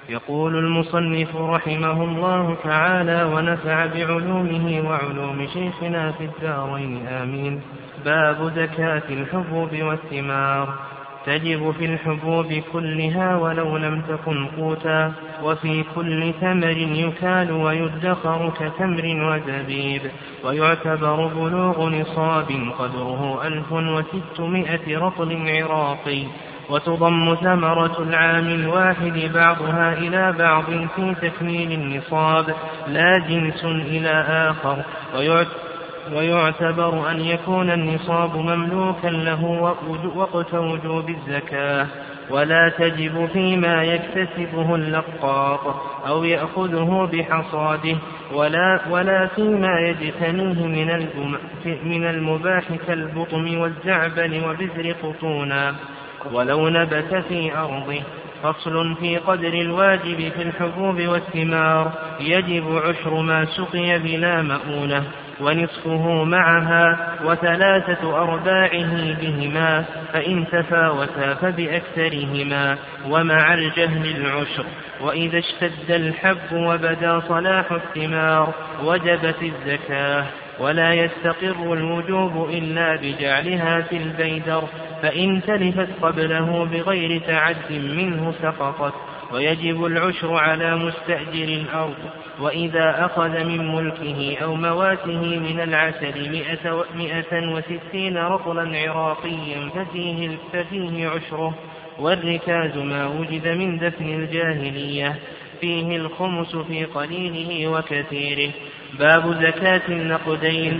يقول المصنف رحمه الله تعالى ونفع بعلومه وعلوم شيخنا في الدارين آمين. باب زكاة الحبوب والثمار. تجب في الحبوب كلها ولو لم تكن قوتا، وفي كل ثمر يكال ويدخر كتمر وزبيب، ويعتبر بلوغ نصاب قدره 1600 رطل عراقي، وتضم ثمرة العام الواحد بعضها إلى بعض في تكميل النصاب لا جنس إلى آخر، ويعتبر أن يكون النصاب مملوكا له وقت وجوب الزكاة، ولا تجب فيما يكتسبه اللقاط أو يأخذه بحصاده، ولا فيما يجتنيه من المباح كالبطم والزعبل وبذر قطونا ولو نبت في أرضه. فصل في قدر الواجب في الحبوب والثمار. يجب عشر ما سقي بلا مؤونة، ونصفه معها، وثلاثة أرباعه بهما، فإن تفاوتا فبأكثرهما، ومع الجهل العشر. وإذا اشتد الحب وبدا صلاح الثمار وجبت الزكاة، ولا يستقر الوجوب إلا بجعلها في البيدر، فإن تلفت قبله بغير تعد منه سقطت، ويجب العشر على مستأجر الأرض. وإذا أخذ من ملكه أو مواته من العسل 160 رطلا عراقيا ففيه عشره. والركاز ما وجد من دفن الجاهلية، فيه الخمس في قليله وكثيره. باب زكاة النقدين.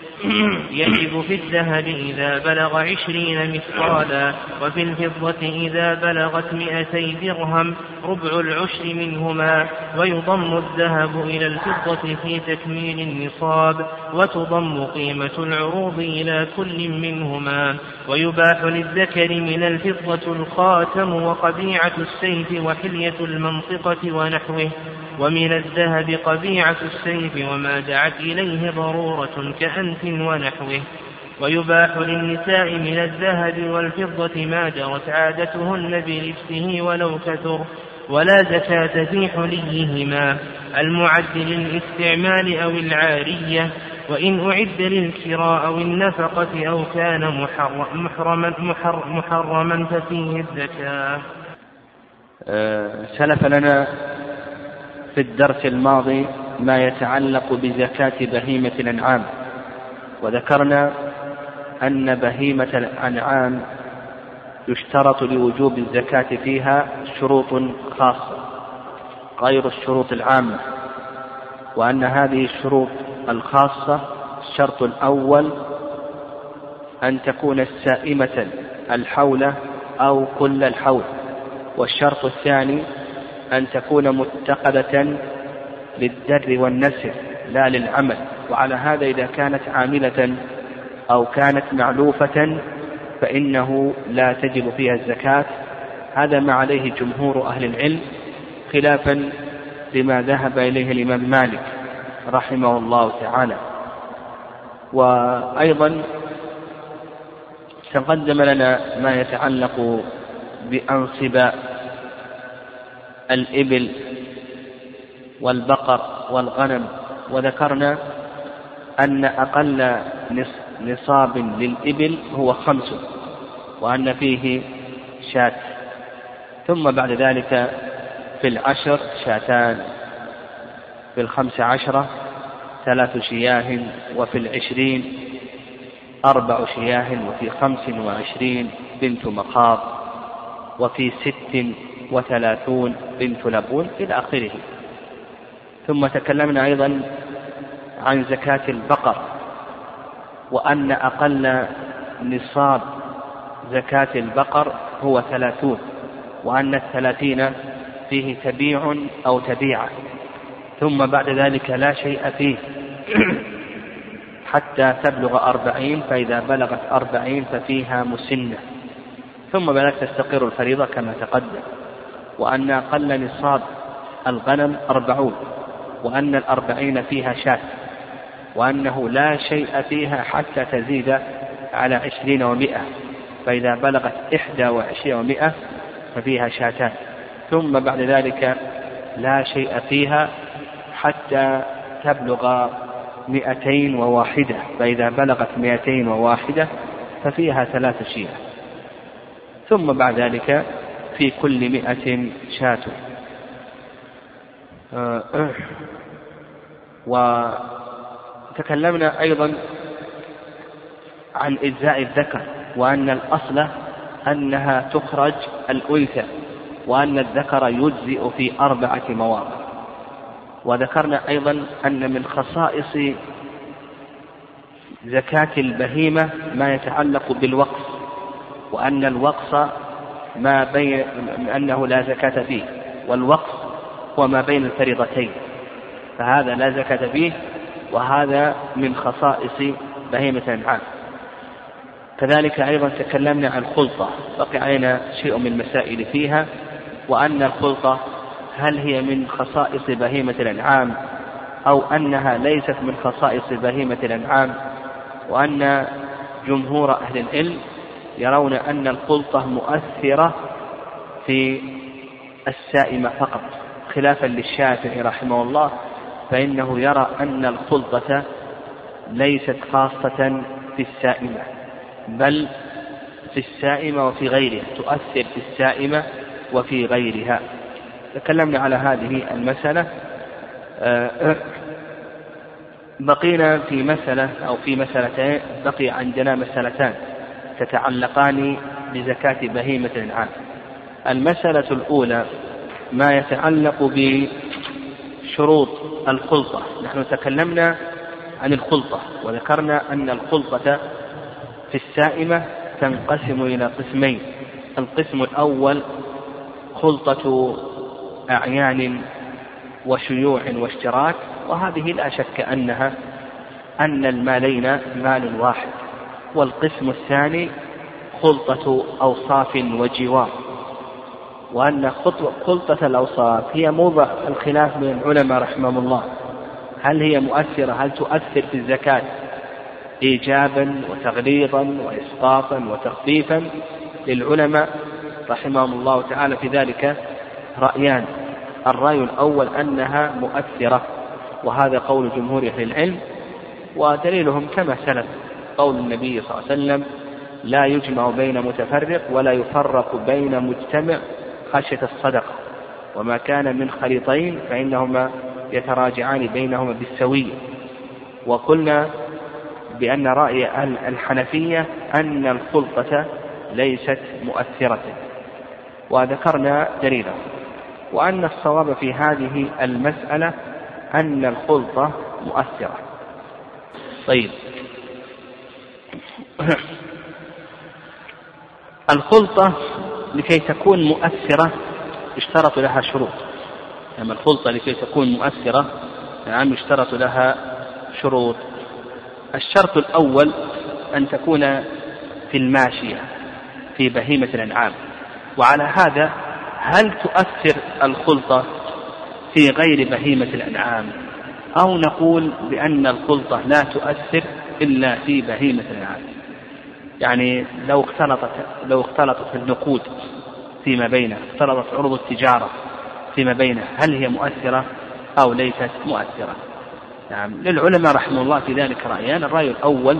يجب في الذهب إذا بلغ 20 مثقالا، وفي الفضة إذا بلغت 200 درهم ربع العشر منهما، ويضم الذهب إلى الفضة في تكميل النصاب، وتضم قيمة العروض إلى كل منهما. ويباح للذكر من الفضة الخاتم وقبيعة السيف وحلية المنطقة ونحوه، ومن الذهب قبيعة السيف وما دعت إليه ضرورة كأنف ونحوه. ويباح للنساء من الذهب والفضة ما جرت عادتهن بلبسه ولو كثر، ولا زكاة في حليهما المعد للاستعمال أو العارية، وإن أعد للكراء أو النفقة أو كان محرما ففيه الزكاة. سلف لنا في الدرس الماضي ما يتعلق بزكاة بهيمة الأنعام، وذكرنا أن بهيمة الأنعام يشترط لوجوب الزكاة فيها شروط خاصة غير الشروط العامة، وأن هذه الشروط الخاصة: الشرط الأول أن تكون السائمة الحول أو كل الحول، والشرط الثاني أن تكون متقدة للدر والنسر لا للعمل، وعلى هذا إذا كانت عاملة أو كانت معلوفة فإنه لا تجب فيها الزكاة. هذا ما عليه جمهور أهل العلم، خلافا لما ذهب إليه الإمام مالك رحمه الله تعالى. وأيضا تقدم لنا ما يتعلق بأنصب الإبل والبقر والغنم، وذكرنا أن أقل نصاب للإبل هو 5، وأن فيه شاة، ثم بعد ذلك في 10 شاتان، في 15 3 شياه، وفي 20 4 شياه، وفي 25 بنت مخاض، وفي 36 بنت لبون إلى آخره. ثم تكلمنا أيضا عن زكاة البقر، وأن أقل نصاب زكاة البقر هو 30، وأن 30 فيه تبيع أو تبيعة، ثم بعد ذلك لا شيء فيه حتى تبلغ 40، فإذا بلغت 40 ففيها مسنة، ثم بعد تستقر الفريضة كما تقدم. وأن أقل نصاب الغنم 40، وأن 40 فيها شاة، وأنه لا شيء فيها حتى تزيد على 20 و100، فإذا بلغت 21 و100 ففيها شاتان، ثم بعد ذلك لا شيء فيها حتى تبلغ 201، فإذا بلغت 201 ففيها 3 شياه، ثم بعد ذلك في كل 100 شاة. وتكلمنا أيضا عن إجزاء الذكر، وأن الأصل أنها تخرج الأنثى، وأن الذكر يجزئ في 4 مواضع. وذكرنا أيضا أن من خصائص زكاة البهيمة ما يتعلق بالوقص، وأن الوقص ما بين أنه لا زكاة فيه، والوقص هو ما بين الفريضتين، فهذا لا زكاة فيه، وهذا من خصائص بهيمة الأنعام. كذلك أيضا تكلمنا عن الخلطة، بقي علينا شيء من المسائل فيها، وأن الخلطة هل هي من خصائص بهيمة الأنعام أو أنها ليست من خصائص بهيمة الأنعام، وأن جمهور أهل العلم يرون أن الخلطة مؤثرة في السائمة فقط، خلافا للشافعي رحمه الله، فإنه يرى أن الخلطة ليست خاصة في السائمة، بل في السائمة وفي غيرها، تؤثر في السائمة وفي غيرها. تكلمنا على هذه المسألة. بقينا في مسألة أو في مسألتين، بقي عندنا مسألتان تتعلقان بزكاة بهيمة الأنعام. المسألة الأولى ما يتعلق بشروط الخلطة. نحن تكلمنا عن الخلطة وذكرنا أن الخلطة في السائمة تنقسم إلى قسمين. القسم الأول خلطة أعيان وشيوع واشتراك، وهذه لا شك أن المالين مال واحد. والقسم الثاني خلطة أوصاف وجوار، وأن خلطة الأوصاف هي موضع الخلاف بين العلماء رحمهم الله، هل هي مؤثرة، هل تؤثر في الزكاة إيجابا وتغليظا وإسقاطا وتخفيفا. للعلماء رحمهم الله تعالى في ذلك رأيان. الرأي الأول أنها مؤثرة، وهذا قول جمهور أهل العلم، ودليلهم كما سلف قول النبي صلى الله عليه وسلم: لا يجمع بين متفرق ولا يفرق بين مجتمع خشية الصدقة، وما كان من خليطين فإنهما يتراجعان بينهما بالسوية. وقلنا بأن رأي الحنفية أن الخلطة ليست مؤثرة، وذكرنا دليلا، وأن الصواب في هذه المسألة أن الخلطة مؤثرة. طيب، الخلطة لكي تكون مؤثرة اشترط لها شروط. أما الخلطة لكي تكون مؤثرة اشترط لها شروط. الشرط الأول أن تكون في الماشية في بهيمة الأنعام. وعلى هذا هل تؤثر الخلطة في غير بهيمة الأنعام، أو نقول بأن الخلطة لا تؤثر إلا في بهيمة الأنعام؟ يعني لو اختلطت النقود فيما بينها، اختلطت عروض التجارة فيما بينها، هل هي مؤثرة أو ليست مؤثرة؟ نعم، للعلماء رحمه الله في ذلك رأيان. الرأي الأول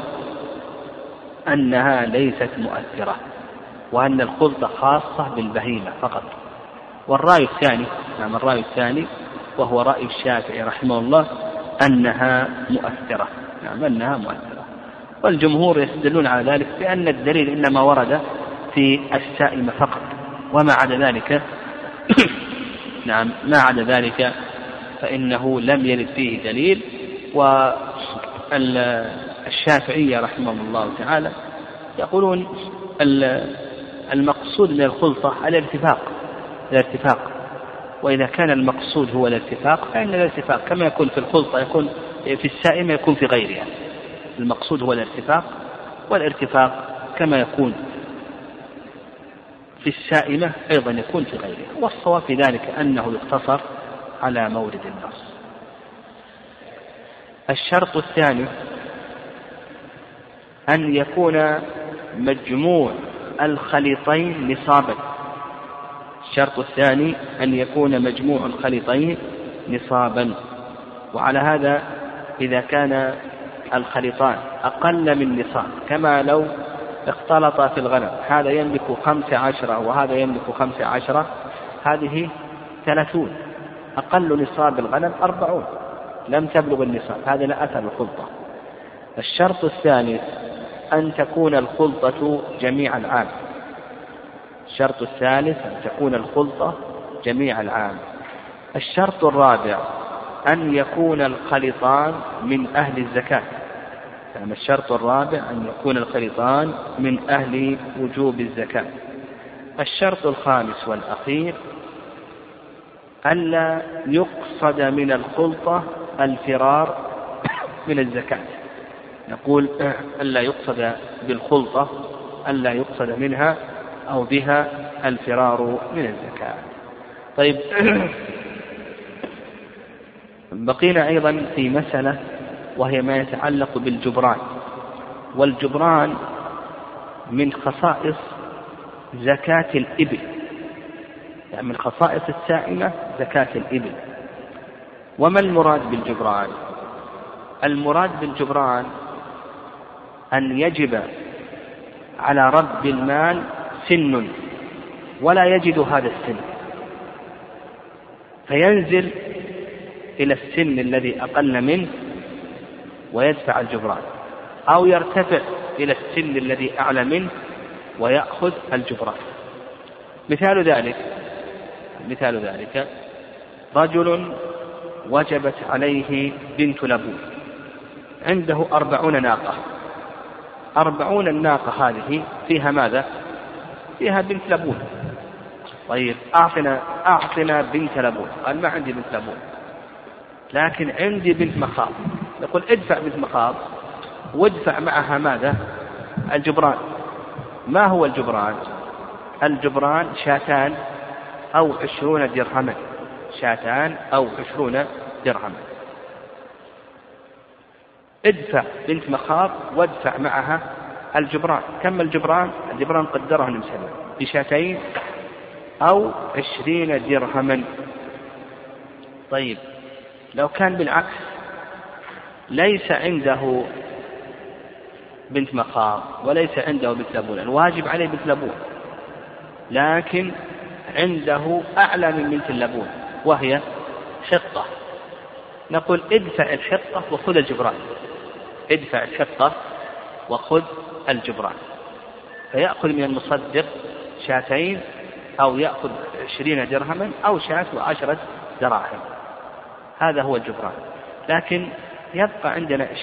أنها ليست مؤثرة، وأن الخلطة خاصة بالبهيمة فقط. والرأي الثاني وهو رأي الشافعي رحمه الله أنها مؤثرة. نعم، أنها مؤثرة. والجمهور يستدلون على ذلك بأن الدليل إنما ورد في السائمة فقط، وما عدا ذلك ما عدا ذلك فإنه لم يرد فيه دليل. والشافعية رحمه الله تعالى يقولون المقصود من الخلطة الارتفاق، وإذا كان المقصود هو الارتفاق فإن الارتفاق كما يكون في الخلطة يكون في السائمة يكون في غيرها. المقصود هو الارتفاق، والارتفاق كما يكون في السائمة أيضا يكون في غيرها. والصواب في ذلك أنه يقتصر على مورد النص. الشرط الثاني أن يكون مجموع الخليطين نصابا. الشرط الثاني أن يكون مجموع الخليطين نصابا. وعلى هذا إذا كان الخليطان أقل من نصاب، كما لو اختلط في الغنم، هذا يملك 15 وهذا يملك 15، هذه 30. أقل نصاب الغنم 40، لم تبلغ النصاب، هذا لا أثر الخلطة. الشرط الثالث أن تكون الخلطة جميع العام. الشرط الثالث أن تكون الخلطة جميع العام. الشرط الرابع أن يكون الخليطان من أهل الزكاة. يعني الشرط الرابع أن يكون الخليطان من أهل وجوب الزكاة. الشرط الخامس والأخير ألا يقصد من الخلطة الفرار من الزكاة. نقول ألا يقصد بالخلطة، ألا يقصد منها أو بها الفرار من الزكاة. طيب، بقينا أيضا في مسألة وهي ما يتعلق بالجبران. والجبران من خصائص زكاة الإبل، يعني من خصائص السائمة زكاة الإبل. وما المراد بالجبران؟ المراد بالجبران أن يجب على رب المال سن ولا يجد هذا السن، فينزل إلى السن الذي أقل منه ويدفع الجبران، أو يرتفع إلى السن الذي أعلى منه ويأخذ الجبران. مثال ذلك رجل وجبت عليه بنت لبون، عنده 40 ناقة. 40 الناقة هذه فيها ماذا؟ فيها بنت لبون. طيب، أعطنا بنت لبون. قال ما عندي بنت لبون، لكن عندي بنت مخاض. نقول ادفع بنت مخاض وادفع معها ماذا؟ الجبران. ما هو الجبران؟ الجبران 2 أو 20 درهما. 2 أو 20 درهما. ادفع بنت مخاض وادفع معها الجبران. كم الجبران؟ الجبران قدره نمسنا ب2 أو 20 درهما. طيب، لو كان بالعكس، ليس عنده بنت مخاض وليس عنده بنت لبون، الواجب عليه بنت لبون، لكن عنده أعلى من بنت اللبون وهي حقة. نقول ادفع الحقة وخذ الجبران. ادفع الحقة وخذ الجبران. فيأخذ من المصدق 2 أو يأخذ 20 درهما أو 10 دراهم. هذا هو الجبران. لكن يبقى عندنا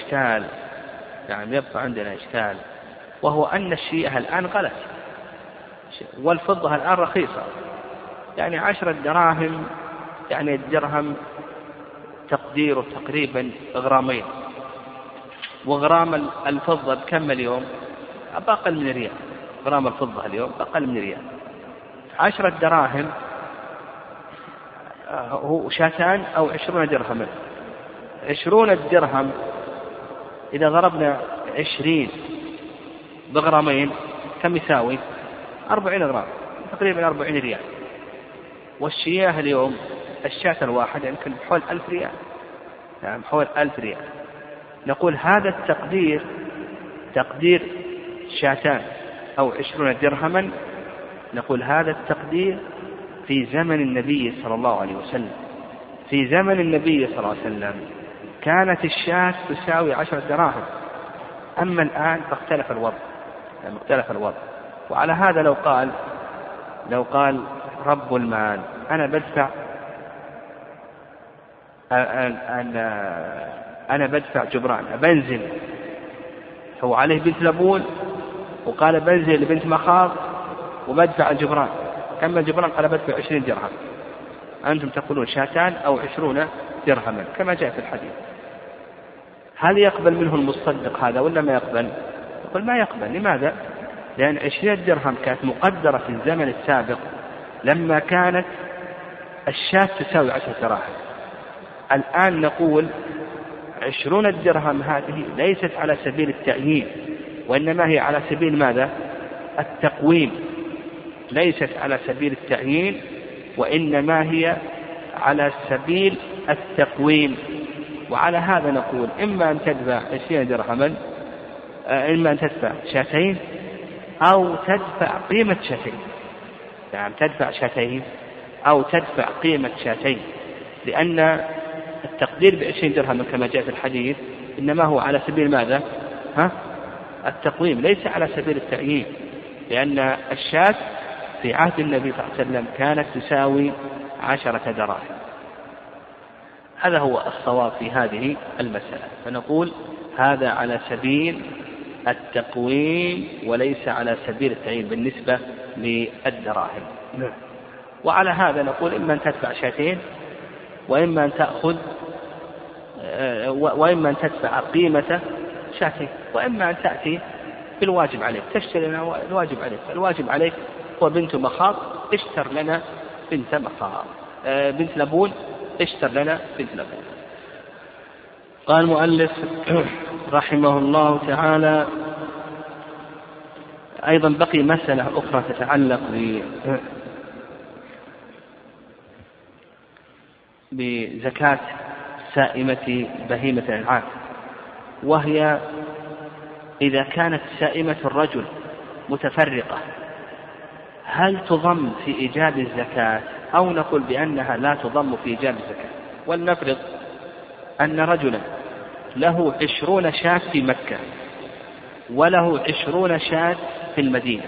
إشكال، وهو أن الشيء الآن غلت، والفضة الآن رخيصة. يعني 10 دراهم، يعني الدرهم تقديره تقريبا غرامين، وغرام الفضة بكم اليوم؟ أقل من ريال. غرام الفضة اليوم أقل من ريال. 10 دراهم هو 2 أو 20 درهما. 20 الدرهم إذا ضربنا 20 بغرامين كم يساوي؟ 40 غرام، تقريبا 40 ريال. والشياه اليوم الشاة الواحد يمكن بحول 1000 ريال، يعني بحول 1000 ريال. نقول هذا التقدير تقدير 2 أو 20 درهما. نقول هذا التقدير في زمن النبي صلى الله عليه وسلم. في زمن النبي صلى الله عليه وسلم كانت الشاة تساوي 10 دراهم. أما الآن فاختلف الوضع. وعلى هذا لو قال رب المال أنا بدفع جبران، بنزل، هو عليه بنت لبون وقال بنزل لبنت مخاض وبدفع الجبران. كم الجبران؟ قال بدفع 20 درهم. أنتم تقولون 2 أو 20 درهما كما جاء في الحديث. هل يقبل منه المصدق هذا ولا ما يقبل؟ يقول ما يقبل. لماذا؟ لأن 20 درهم كانت مقدرة في الزمن السابق لما كانت الشاة تساوي 10 دراهم. الآن نقول 20 درهم هذه ليست على سبيل التأييد، وإنما هي على سبيل ماذا؟ التقويم. ليست على سبيل التأييد وإنما هي على سبيل التقويم. وعلى هذا نقول إما أن تدفع 20 درهما، إما أن تدفع شاتين أو تدفع قيمة شاتين. يعني تدفع شاتين أو تدفع قيمة شاتين، لأن التقدير ب20 درهم كما جاء في الحديث إنما هو على سبيل ماذا؟ التقويم، ليس على سبيل التعيين، لأن الشاة في عهد النبي صلى الله عليه وسلم كانت تساوي 10 دراهم. هذا هو الصواب في هذه المسألة. فنقول هذا على سبيل التقويم وليس على سبيل التعيين بالنسبة للدراهم. وعلى هذا نقول إما أن تدفع شاتين وإما أن تأخذ وإما أن تدفع قيمة شاتين، وإما أن تأتي بالواجب عليك تشتري لنا الواجب عليك. الواجب عليك هو بنت مخاض، اشتر لنا بنت مخاض، بنت لبون، اشتر لنا بنت لبون. قال المؤلف رحمه الله تعالى: أيضا بقي مسألة أخرى تتعلق بزكاة سائمة بهيمة الأنعام، وهي إذا كانت سائمة الرجل متفرقة هل تضم في إيجاب الزكاة أو نقول بأنها لا تضم في إيجاب الزكاة؟ ولنفرض أن رجلا له 20 شاة في مكة وله 20 شاة في المدينة.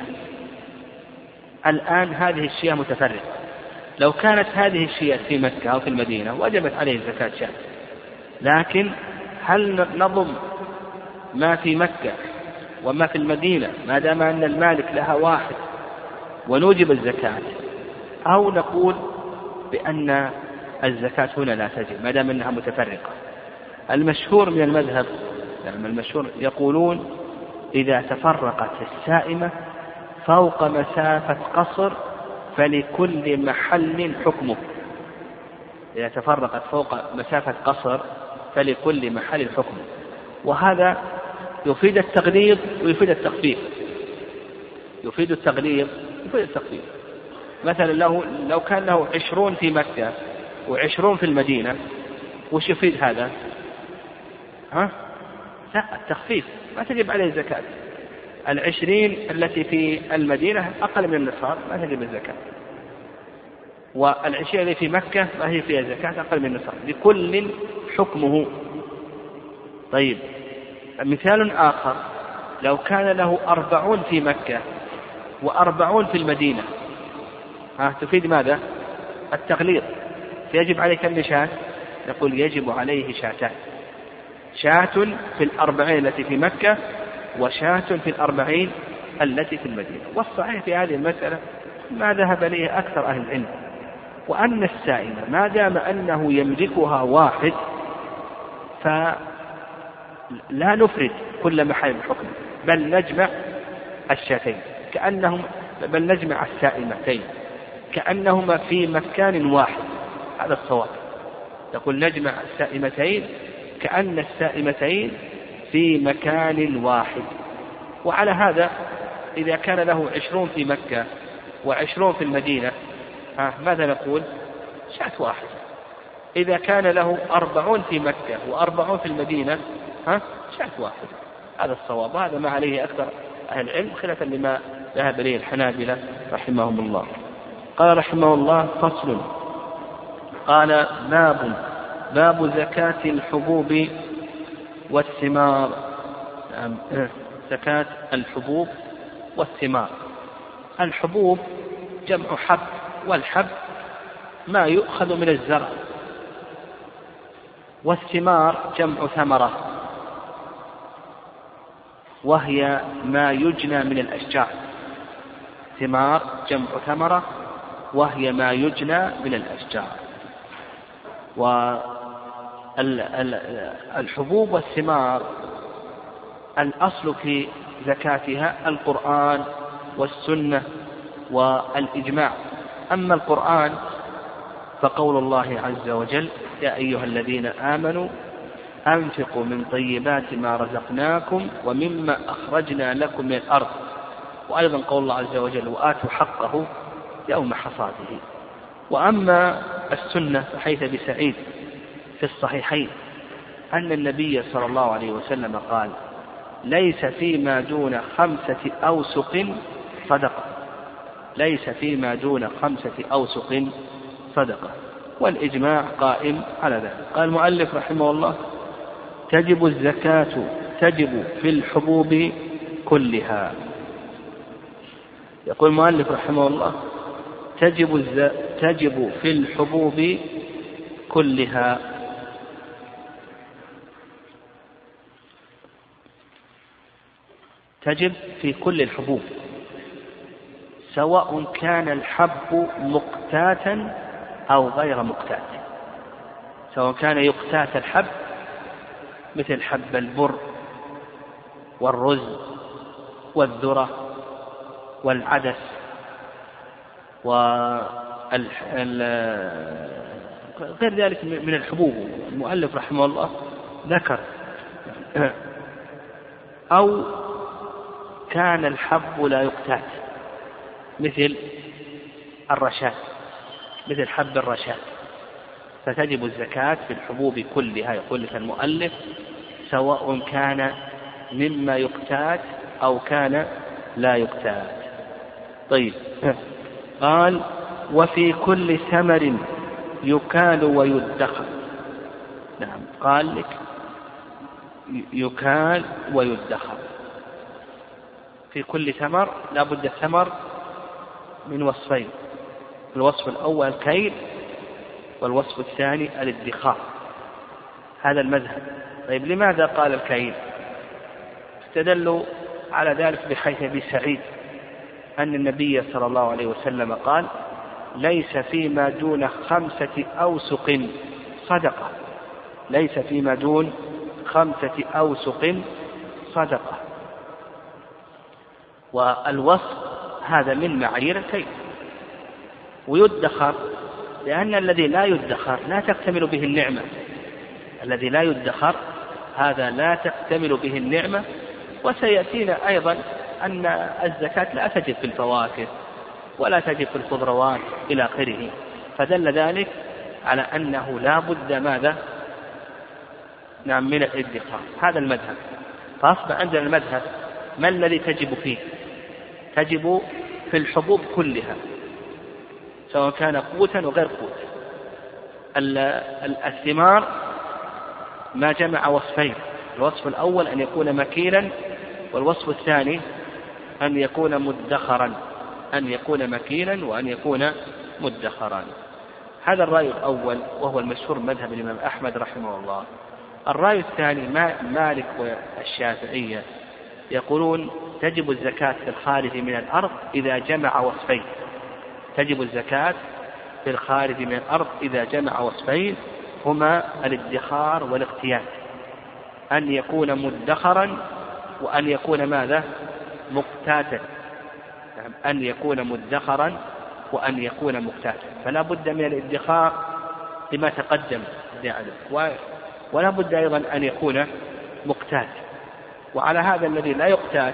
الآن هذه الشياه متفرقة، لو كانت هذه الشياه في مكة أو في المدينة وجبت عليه زكاة شاة، لكن هل نضم ما في مكة وما في المدينة ما دام أن المالك لها واحد ونوجب الزكاة، أو نقول بأن الزكاة هنا لا تجب ما دام أنها متفرقة؟ المشهور من المذهب، يعني المشهور يقولون إذا تفرقت السائمة فوق مسافة قصر فلكل محل حكمه. إذا تفرقت فوق مسافة قصر فلكل محل حكمه. وهذا يفيد التغليظ ويفيد التخفيف. يفيد التغليظ يفيد التخفيف. مثلا لو كان له 20 في مكة و20 في المدينة، وش يفيد هذا؟ لا، التخفيف، ما تجب عليه الزكاة. 20 التي في المدينة أقل من النصاب ما تجب الزكاة، وال20 التي في مكة ما هي فيها زكاة أقل من النصاب، لكل حكمه. طيب، مثال آخر: لو كان له 40 في مكة و40 في المدينة، تفيد ماذا؟ التغليظ. يجب عليه كم شاة؟ نقول يجب عليه شاتان، شاة في 40 التي في مكة وشاة في 40 التي في المدينة. والصحيح في هذه المسألة ما ذهب إليه أكثر أهل العلم، وأن السائمة ما دام أنه يملكها واحد فلا نفرد كل محل بحكم، بل نجمع الشاتين بل نجمع السائمتين كأنهما في مكان واحد. هذا الصواب، نقول نجمع السائمتين كأن السائمتين في مكان واحد. وعلى هذا إذا كان له 20 في مكة و20 في المدينة، ماذا نقول؟ شاة واحد. إذا كان له 40 في مكة و40 في المدينة، شاة واحد. هذا الصواب، هذا ما عليه أكثر أهل العلم، خلافا لما ذهب إليه الحنابلة رحمهم الله. قال رحمه الله: فصل. قال: باب زكاة الحبوب والثمار. زكاة الحبوب والثمار. الحبوب جمع حب، والحب ما يؤخذ من الزرع، والثمار جمع ثمرة وهي ما يجنى من الأشجار. ثمار جمع ثمرة وهي ما يجنى من الأشجار. والحبوب والثمار الأصل في زكاتها القرآن والسنة والإجماع. أما القرآن فقول الله عز وجل: يا أيها الذين آمنوا أنفقوا من طيبات ما رزقناكم ومما أخرجنا لكم من الأرض. وأيضا قول الله عز وجل: وآتوا حقه يوم حصاده. وأما السنة فحيث بسعيد في الصحيحين أن النبي صلى الله عليه وسلم قال: ليس فيما دون 5 أوسق صدقة، ليس فيما دون 5 أوسق صدقة، والإجماع قائم على ذلك. قال المؤلف رحمه الله: تجب الزكاة تجب في الحبوب كلها. يقول المؤلف رحمه الله: تجب في الحبوب كلها. تجب في كل الحبوب سواء كان الحب مقتاتا أو غير مقتات، سواء كان يقتات الحب مثل حب البر والرز والذرة والعدس وغير ذلك من الحبوب المؤلف رحمه الله ذكر، أو كان الحب لا يقتات مثل الرشاد، مثل حب الرشاد، فتجب الزكاة في الحبوب كلها. يقول لك المؤلف: سواء كان مما يقتات أو كان لا يقتات. طيب، قال: وفي كل ثمر يكال ويدخر. نعم، قال لك يكال ويدخر. في كل ثمر لا بد الثمر من وصفين: الوصف الأول الكيل، والوصف الثاني الادخار. هذا المذهب. طيب، لماذا قال الكيل؟ استدلوا على ذلك بحيث أبي سعيد أن النبي صلى الله عليه وسلم قال: ليس فيما دون 5 أوسق صدقة، ليس فيما دون 5 أوسق صدقة. والوصف هذا من معايير الكيل. ويدخر لأن الذي لا يدخر لا تكتمل به النعمة، الذي لا يدخر هذا لا تكتمل به النعمة. وسيأتينا أيضا أن الزكاة لا تجب في الفواكه ولا تجب في الخضروات إلى آخره، فدل ذلك على أنه لا بد ماذا؟ نعم، من الادخار. هذا المذهب. فأصبح عندنا المذهب ما الذي تجب فيه؟ تجب في الحبوب كلها سواء كان قوتا وغير قوت. الثمار ما جمع وصفين: الوصف الأول أن يكون مكيلا، والوصف الثاني أن يكون مدخرا، أن يكون مكيلا وأن يكون مدخرا. هذا الرأي الأول وهو المشهور مذهب الإمام أحمد رحمه الله. الرأي الثاني مالك والشافعية يقولون: تجب الزكاة في الخارج من الأرض إذا جمع وصفين. تجب الزكاة في الخارج من الأرض إذا جمع وصفين هما الادخار والاقتيات، أن يكون مدخرا وأن يكون ماذا؟ مقتاتا. أن يكون مدخرا وأن يكون مقتاتا. فلا بد من الادخار لما تقدم ولا بد أيضا أن يكون مقتات. وعلى هذا الذي لا يقتات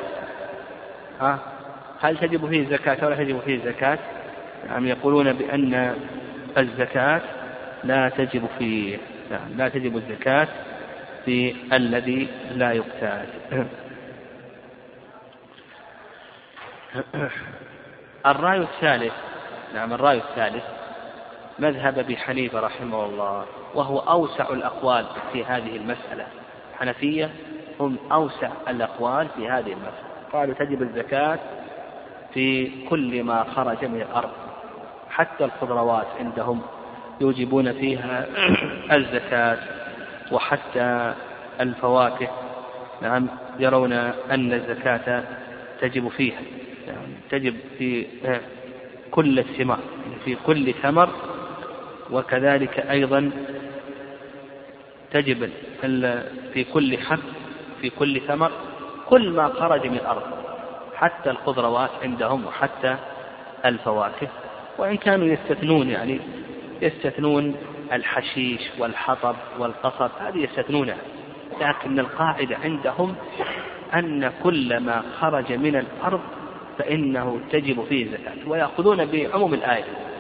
هل تجب فيه الزكاة ولا تجب فيه الزكاة؟ يقولون بأن الزكاة لا تجب فيه، لا تجب الزكاة في الذي لا يقتات. الرأي الثالث، الرأي الثالث مذهب أبي حنيفة رحمه الله، وهو أوسع الأقوال في هذه المسألة. الحنفية هم أوسع الأقوال في هذه المسألة. قالوا تجب الزكاة في كل ما خرج من الأرض، حتى الخضروات عندهم يوجبون فيها الزكاة، وحتى الفواكه يرون أن الزكاة تجب فيها، تجب في كل الثمار، في كل ثمر. وكذلك أيضا تجب في كل حب، في كل ثمر، كل ما خرج من الأرض، حتى الخضروات عندهم وحتى الفواكه. وإن كانوا يستثنون يستثنون الحشيش والحطب والقصب، هذه يستثنونها، لكن القاعدة عندهم أن كل ما خرج من الأرض فإنه تجب فيه الزكاة، ويأخذون بعموم الآية.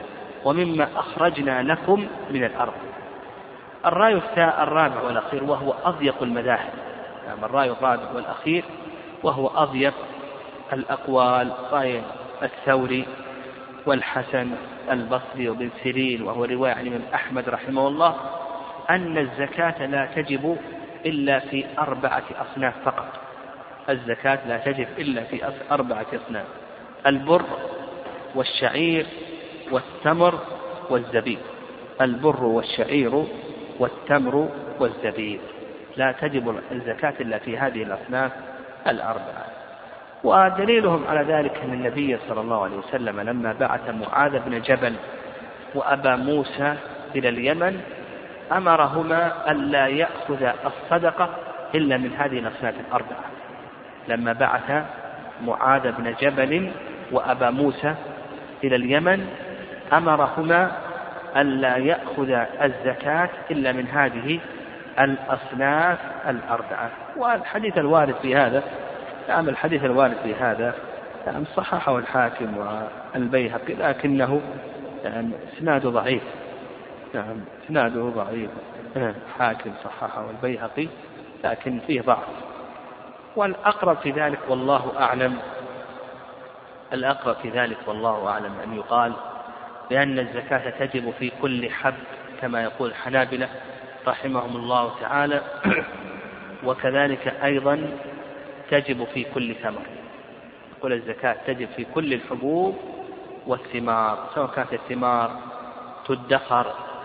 ومما أخرجنا لكم من الأرض. الرأي الرابع والأخير وهو أضيق المذاهب، يعني الرأي الرابع والأخير وهو أضيق الأقوال، رأي الثوري والحسن البصري وابن سيرين، وهو رواية عن الإمام أحمد رحمه الله، أن الزكاة لا تجب إلا في 4 أصناف فقط. الزكاة لا تجب إلا في 4 أصناف: البر والشعير والتمر والزبيب. البر والشعير والتمر والزبيب، لا تجب الزكاة إلا في هذه الأصناف 4. ودليلهم على ذلك أن النبي صلى الله عليه وسلم لما بعث معاذ بن جبل وأبا موسى إلى اليمن أمرهما ألا يأخذ الصدقة إلا من هذه الأصناف 4. لما بعث معاذ بن جبل وأبا موسى إلى اليمن أمرهما ألا يأخذ الزكاة إلا من هذه الأصناف 4. والحديث الوارد في هذا، الحديث الوارد في هذا صححه الحاكم والبيهقي، لكنه اسناده ضعيف. اسناده ضعيف، الحاكم صححه والبيهقي لكن فيه ضعف. والأقرب في ذلك والله أعلم، الأقرب في ذلك والله أعلم أن يقال بأن الزكاة تجب في كل حب كما يقول الحنابلة رحمهم الله تعالى، وكذلك أيضا تجب في كل ثمر. يقول الزكاة تجب في كل الحبوب والثمار، سواء كانت الثمار تدخر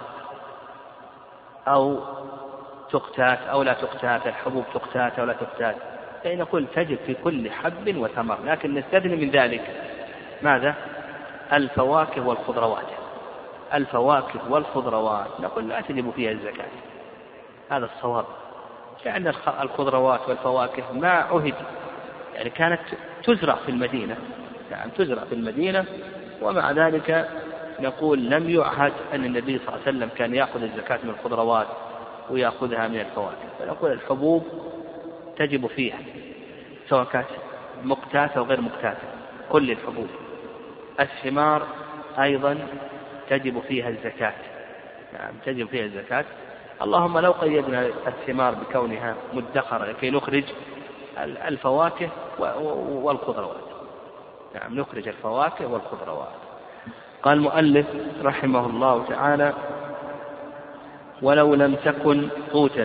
أو تقتات أو لا تقتات، الحبوب تقتات أو لا تقتات، يعني نقول تجب في كل حب وثمر. لكن نستثني من ذلك ماذا؟ الفواكه والخضروات. الفواكه والخضروات نقول لا تجب فيها الزكاة، هذا الصواب، لأن الخضروات والفواكه ما عهد، يعني كانت تزرع في المدينة، يعني تزرع في المدينة، ومع ذلك نقول لم يعهد أن النبي صلى الله عليه وسلم كان يأخذ الزكاة من الخضروات ويأخذها من الفواكه. فنقول الحبوب تجب فيها سواء كانت مقتاتة أو غير مقتاتة، كل الحبوب. الثمار أيضا تجب فيها الزكاة، يعني تجب فيها الزكاة، اللهم لو قيدنا الثمار بكونها مدخرة لكي نخرج الفواكه والخضروات، يعني نخرج الفواكه والخضروات. قال المؤلف رحمه الله تعالى: ولو لم تكن قوتا.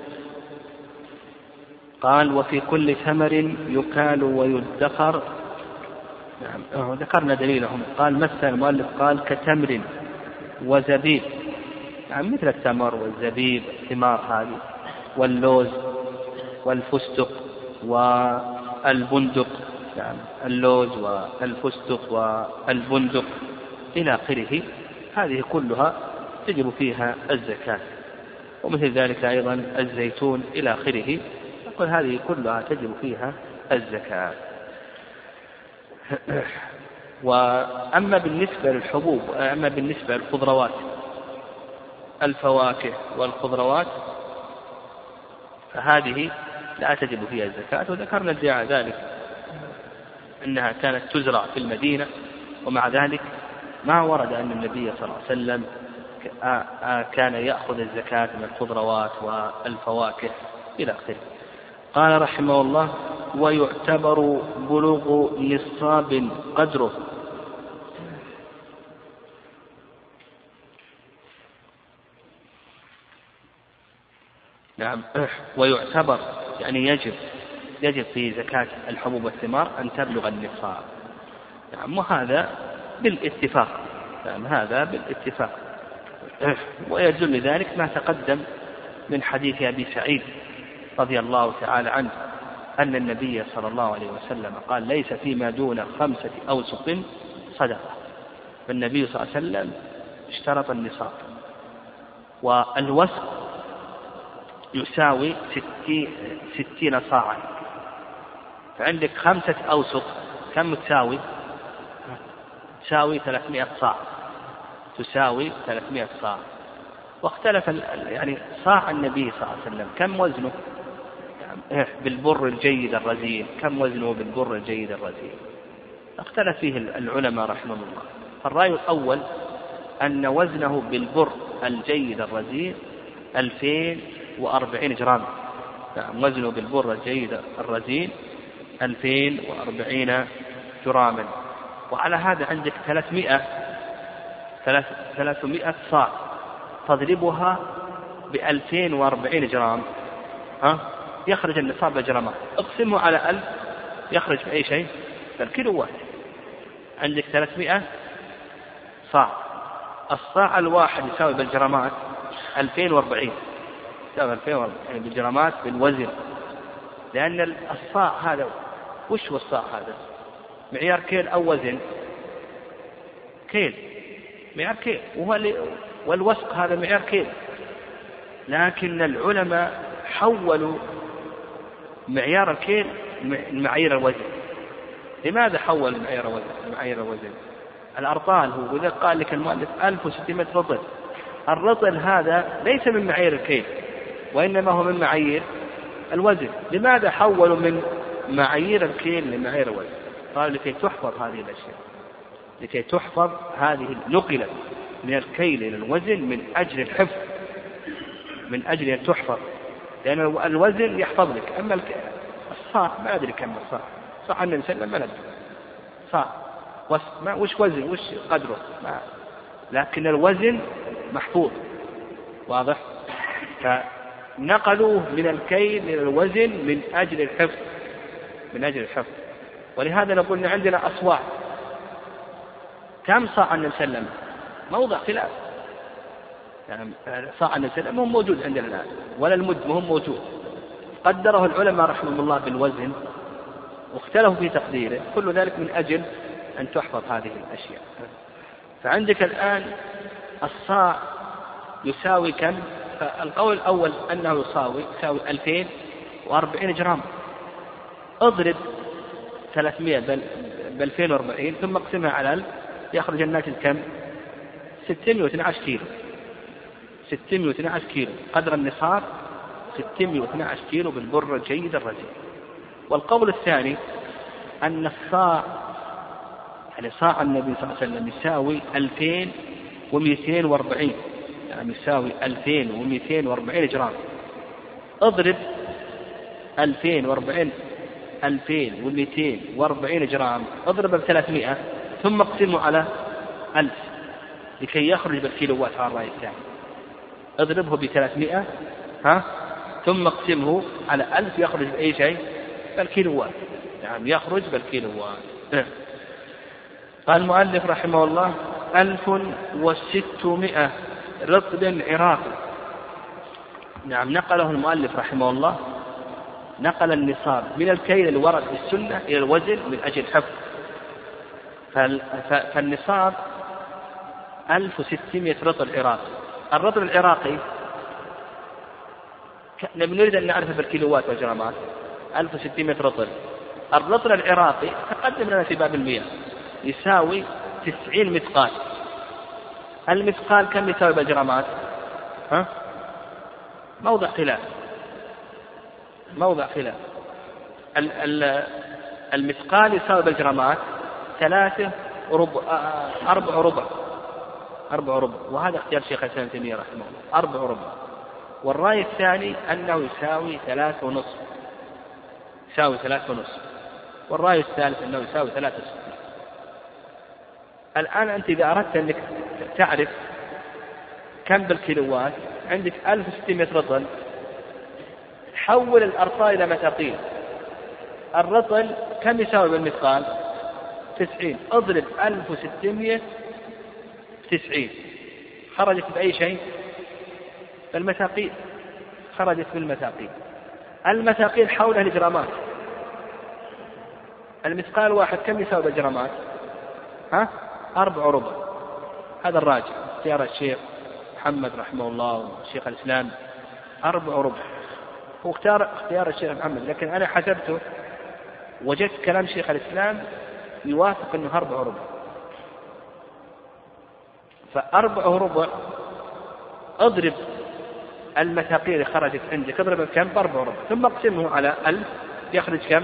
قال: وفي كل ثمر يكال ويدخر. نعم، ذكرنا دليلهم. قال: مثل المؤلف قال: كتمر وزبيب، يعني مثل التمر والزبيب الثمار هذه، واللوز والفستق والبندق، يعني اللوز والفستق والبندق إلى آخره، هذه كلها تجب فيها الزكاة. ومثل ذلك أيضا الزيتون إلى آخره، نقول هذه كلها تجب فيها الزكاة. وأما بالنسبة للحبوب، أما بالنسبة للخضروات، الفواكه والخضروات، فهذه لا تجب فيها الزكاة. وذكرنا ادعاء ذلك أنها كانت تزرع في المدينة، ومع ذلك ما ورد أن النبي صلى الله عليه وسلم كان يأخذ الزكاة من الخضروات والفواكه إلى آخره. قال رحمه الله: ويعتبر بلوغ نصاب قدره. نعم، ويعتبر يعني يجب في زكاة الحبوب والثمار أن تبلغ النصاب. نعم، وهذا بالاتفاق، نعم هذا بالاتفاق. ويدل ذلك ما تقدم من حديث أبي سعيد رضي الله تعالى عنه أن النبي صلى الله عليه وسلم قال: ليس فيما دون 5 أوسق صدقة. فالنبي صلى الله عليه وسلم اشترط النصاب، والوسق يساوي 60 صاعا. فعندك 5 أوسق كم تساوي؟ تساوي 300 صاع، تساوي 300 صاع. واختلف يعني صاع النبي صلى الله عليه وسلم كم وزنه بالبر الجيد الرزين، كم وزنه بالبر الجيد الرزين، اختلف فيه العلماء رحمهم الله. الرأي الأول أن وزنه بالبر الجيد الرزين 2040 جرام. وزنه بالبر الجيد الرزين 2040 جراما. وعلى هذا عندك 300 صاع تضربها ب2040 جرام، يخرج النصاب بالجرامات. اقسمه على 1000 يخرج في أي شيء؟ بالكيلوات. عندك 300 صاع، الصاع الواحد يساوي بالجرامات 2040، يساوي 2040 بالجرامات بالوزن. لأن الصاع هذا وش هو الصاع هذا؟ معيار كيل أو وزن؟ كيل، معيار كيل، والوسق هذا معيار كيل. لكن العلماء حولوا معيار الكيل معايير الوزن. لماذا حول معايير الوزن؟ الأرطال هو، وإذا قال لك المؤلف 1600 رطل، الرطل هذا ليس من معايير الكيل وإنما هو من معايير الوزن. لماذا حولوا من معايير الكيل لمعايير الوزن؟ قالوا لكي تحفظ هذه الأشياء، لكي تحفظ هذه نقلت من الكيل إلى الوزن من أجل الحفظ، من أجل أن تحفظ، لأن الوزن يحفظ لك. أما الصاع ما أدري كم الصاع، صاع النبي صلى الله عليه وسلم ما ندري صاع وش وزن وش قدره لكن الوزن محفوظ، واضح؟ فنقلوه من الكيل إلى الوزن من أجل الحفظ، من أجل الحفظ. ولهذا نقول إن عندنا أصواع. كم صاع النبي صلى الله عليه وسلم؟ موضع خلاف، يعني صاع النبي صلى الله عليه وسلم موجود عندنا الآن، ولا المد مهم موجود. قدره العلماء رحمهم الله بالوزن واختلفوا في تقديره، كل ذلك من أجل أن تحفظ هذه الأشياء. فعندك الآن الصاع يساوي كم؟ فالقول الأول أنه يساوي 2040 جرام. اضرب 300 ب2040 ثم اقسمها على 1000 يخرج الناتج كم؟ 612 كيلو. 612 كيلو قدر النصاب، 612 كيلو بالبر الجيد الرزين. والقول الثاني أن الصاع، يعني صاع النبي صلى الله عليه وسلم يساوي 2240، يعني يساوي 2240 جرام. اضرب 2240 جرام اضرب ب300 ثم اقسمه على 1000 لكي يخرج بالكيلوات على الرأي الثاني. اضربه ب300 ثم اقسمه على 1000 يخرج بأي شيء؟ بالكيلوات. يعني يخرج بالكيلوات. قال المؤلف رحمه الله 1600 رطل عراقي. نعم، نقله المؤلف رحمه الله، نقل النصاب من الكيل الورد في السنة إلى الوزن من أجل حفظ. فالنصاب 1600 رطل عراقي. الرطل العراقي نريد أن نعرف بالكيلوات والجرامات. 1600 رطل. الرطل العراقي تقدم لنا في باب المياه يساوي 90 مثقال. المثقال كم يساوي بالجرامات؟ موضع خلاف. المثقال يساوي بالجرامات 4 ربع، وهذا اختيار شيخ الإسلام ابن تيمية رحمه الله، 4 ربع. والرأي الثاني أنه يساوي 3.5، والرأي الثالث أنه يساوي 63. الآن أنت إذا أردت أنك تعرف كم بالكيلوات، عندك 1600 رطل، حول الأرطال إلى مثاقيل. الرطل كم يساوي بالمثقال؟ 90. اضرب 1600 90، خرجت بأي شيء؟ بالمثاقيل. خرجت بالمثاقيل. المثاقيل حولها الجرامات. المثقال واحد كم يساوي بالجرامات؟ 4 ربع. هذا الراجع اختيار الشيخ محمد رحمه الله وشيخ الإسلام، 4 ربع. هو اختيار الشيخ محمد، لكن أنا حسبته وجدت كلام شيخ الإسلام يوافق أنه 4 ربع. ف4 ربع اضرب المثاقيل خرجت عندك، اضرب كم؟ 4 ربع، ثم اقسمه على 1000 يخرج كم؟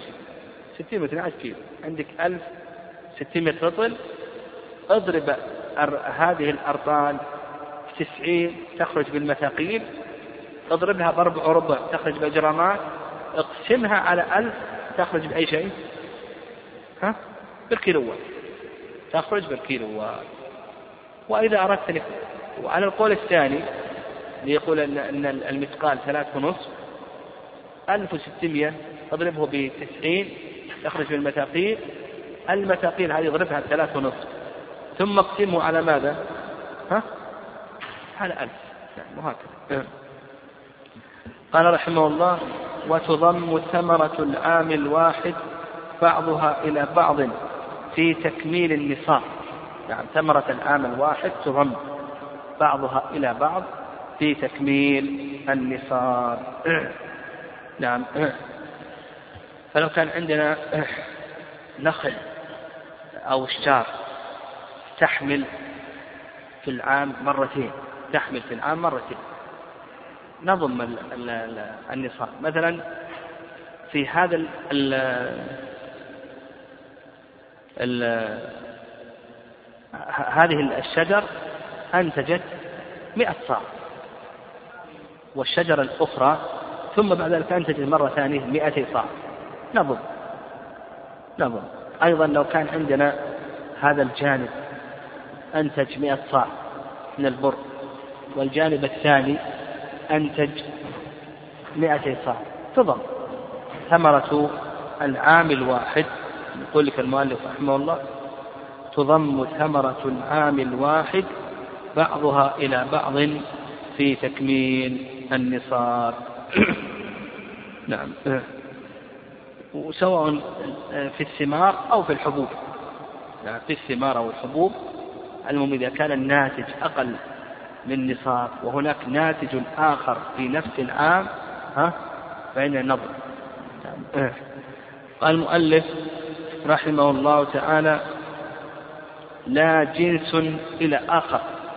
612 كيلو. عندك 1600 رطل، اضرب هذه الأرطال 90 تخرج بالمثاقيل، اضربها ضرب وربع تخرج بجرامات، اقسمها على 1000 تخرج بأي شيء؟ بالكيلوات، تخرج بالكيلوات. وإذا أردت وعلى القول الثاني ليقول أن المثقال 3.5، 1600 اضربه ب90 تخرج بالمثاقيل، المثاقيل هذه اضربها 3.5 ثم اقسمه على ماذا؟ على 1000. وهكذا. قال رحمه الله: وتضم ثمرة العام الواحد بعضها إلى بعض في تكميل النصاب. يعني ثمرة العام الواحد تضم بعضها إلى بعض في تكميل النصاب. نعم. فلو كان عندنا نخل أو اشجار تحمل في العام مرتين، نضم النصاب. مثلا في هذا هذه الشجر أنتجت 100 صاع، والشجرة الأخرى ثم بعد ذلك أنتجت مرة ثانية 200 صاع، نضم. أيضا لو كان عندنا هذا الجانب أنتج 100 صاع من البر، والجانب الثاني أنتج 200 صاع، تضم ثمرة العام الواحد. يقول لك المؤلف رحمه الله: تضم ثمرة العام الواحد بعضها إلى بعض في تكميل النصاب. نعم. وسواء في الثمار أو في الحبوب، يعني في الثمار أو الحبوب، المهم إذا كان الناتج أقل من نصاب وهناك ناتج آخر في نفس العام فإن نضر. قال المؤلف رحمه الله تعالى: لا جنس إلى آخر.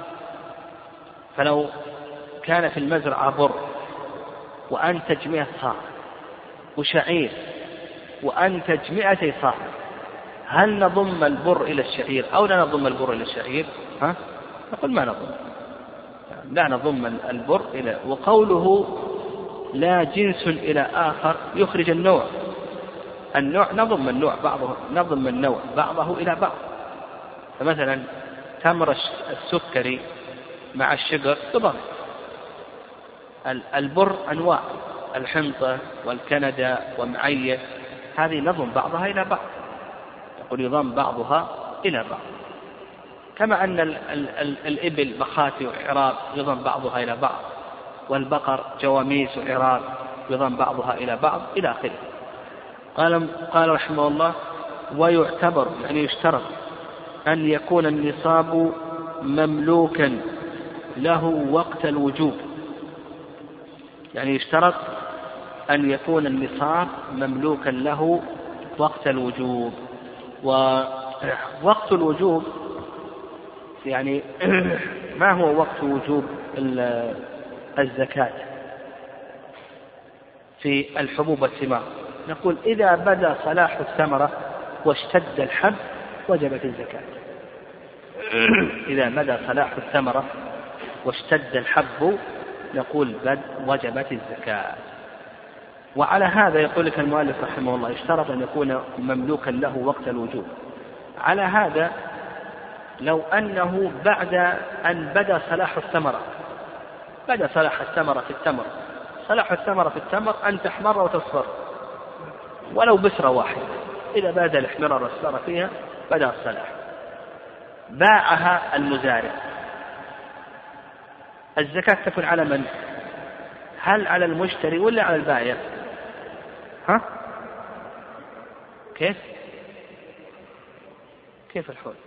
فلو كان في المزرعة بر وأنتج 100 صاع، وشعير وأنتج 200 صاع، هل نضم البر إلى الشعير أو لا نضم البر إلى الشعير؟ نقول ما نضم، لا نضم البر إلى. وقوله لا جنس إلى آخر يخرج النوع نضم النوع بعضه إلى بعض. فمثلا تمر السكري مع الشجر تضم. البر أنواع، الحنطة والكندا ومعية، هذه نضم بعضها إلى بعض، يقول يضم بعضها إلى بعض. كما أن الإبل بخاتي وعراب يضم بعضها إلى بعض، والبقر جواميس وعراب يضم بعضها إلى بعض إلى آخره. قال رحمه الله: ويعتبر، يعني يشترط أن يكون النصاب مملوكا له وقت الوجوب. يعني يشترط أن يكون النصاب مملوكا له وقت الوجوب. ووقت الوجوب يعني ما هو وقت وجوب الزكاة في الحبوب والثمار؟ نقول إذا بدا صلاح الثمرة واشتد الحب وجبت الزكاة. إذا بدا صلاح الثمرة واشتد الحب نقول وجبت الزكاة. وعلى هذا يقول لك المؤلف رحمه الله: يشترط أن يكون مملوكا له وقت الوجوب. على هذا لو أنه بعد أن بدا صلاح الثمرة، بدا صلاح الثمرة في التمر، صلاح الثمرة في التمر أن تحمر وتصفر ولو بسرة واحدة، إذا بدا الاحمرار والصفر فيها بدا الصلاح، باعها المزارع، الزكاة تكون على من؟ هل على المشتري ولا على البائع؟ كيف الحول؟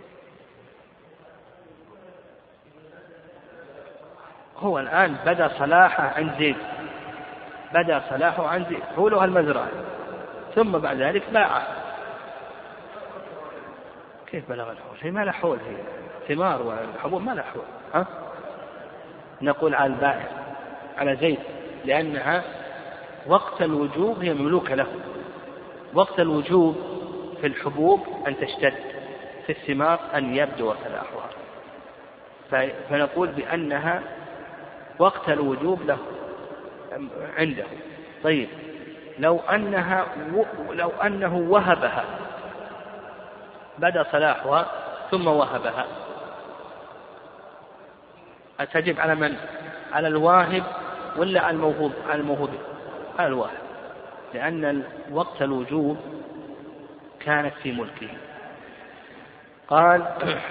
هو الآن بدأ صلاحه عند زيد، بدأ صلاحه عند زيد، حولها المزرعة، ثم بعد ذلك باعه. كيف بلغ الحول؟ هي ما له حول، هي ثمار والحبوب ما له حول. نقول على البائع، على زيد، لأنها وقت الوجوب هي مملوكة له. وقت الوجوب في الحبوب أن تشتد، في الثمار أن يبدو صلاحها. فنقول بأنها وقت الوجوب له عنده. طيب لو أنه وهبها، بدأ صلاحها ثم وهبها، أتجب على من؟ على الواهب ولا على الموهوب؟ على الموهوب، على الواهب، لأن وقت الوجوب كانت في ملكه. قال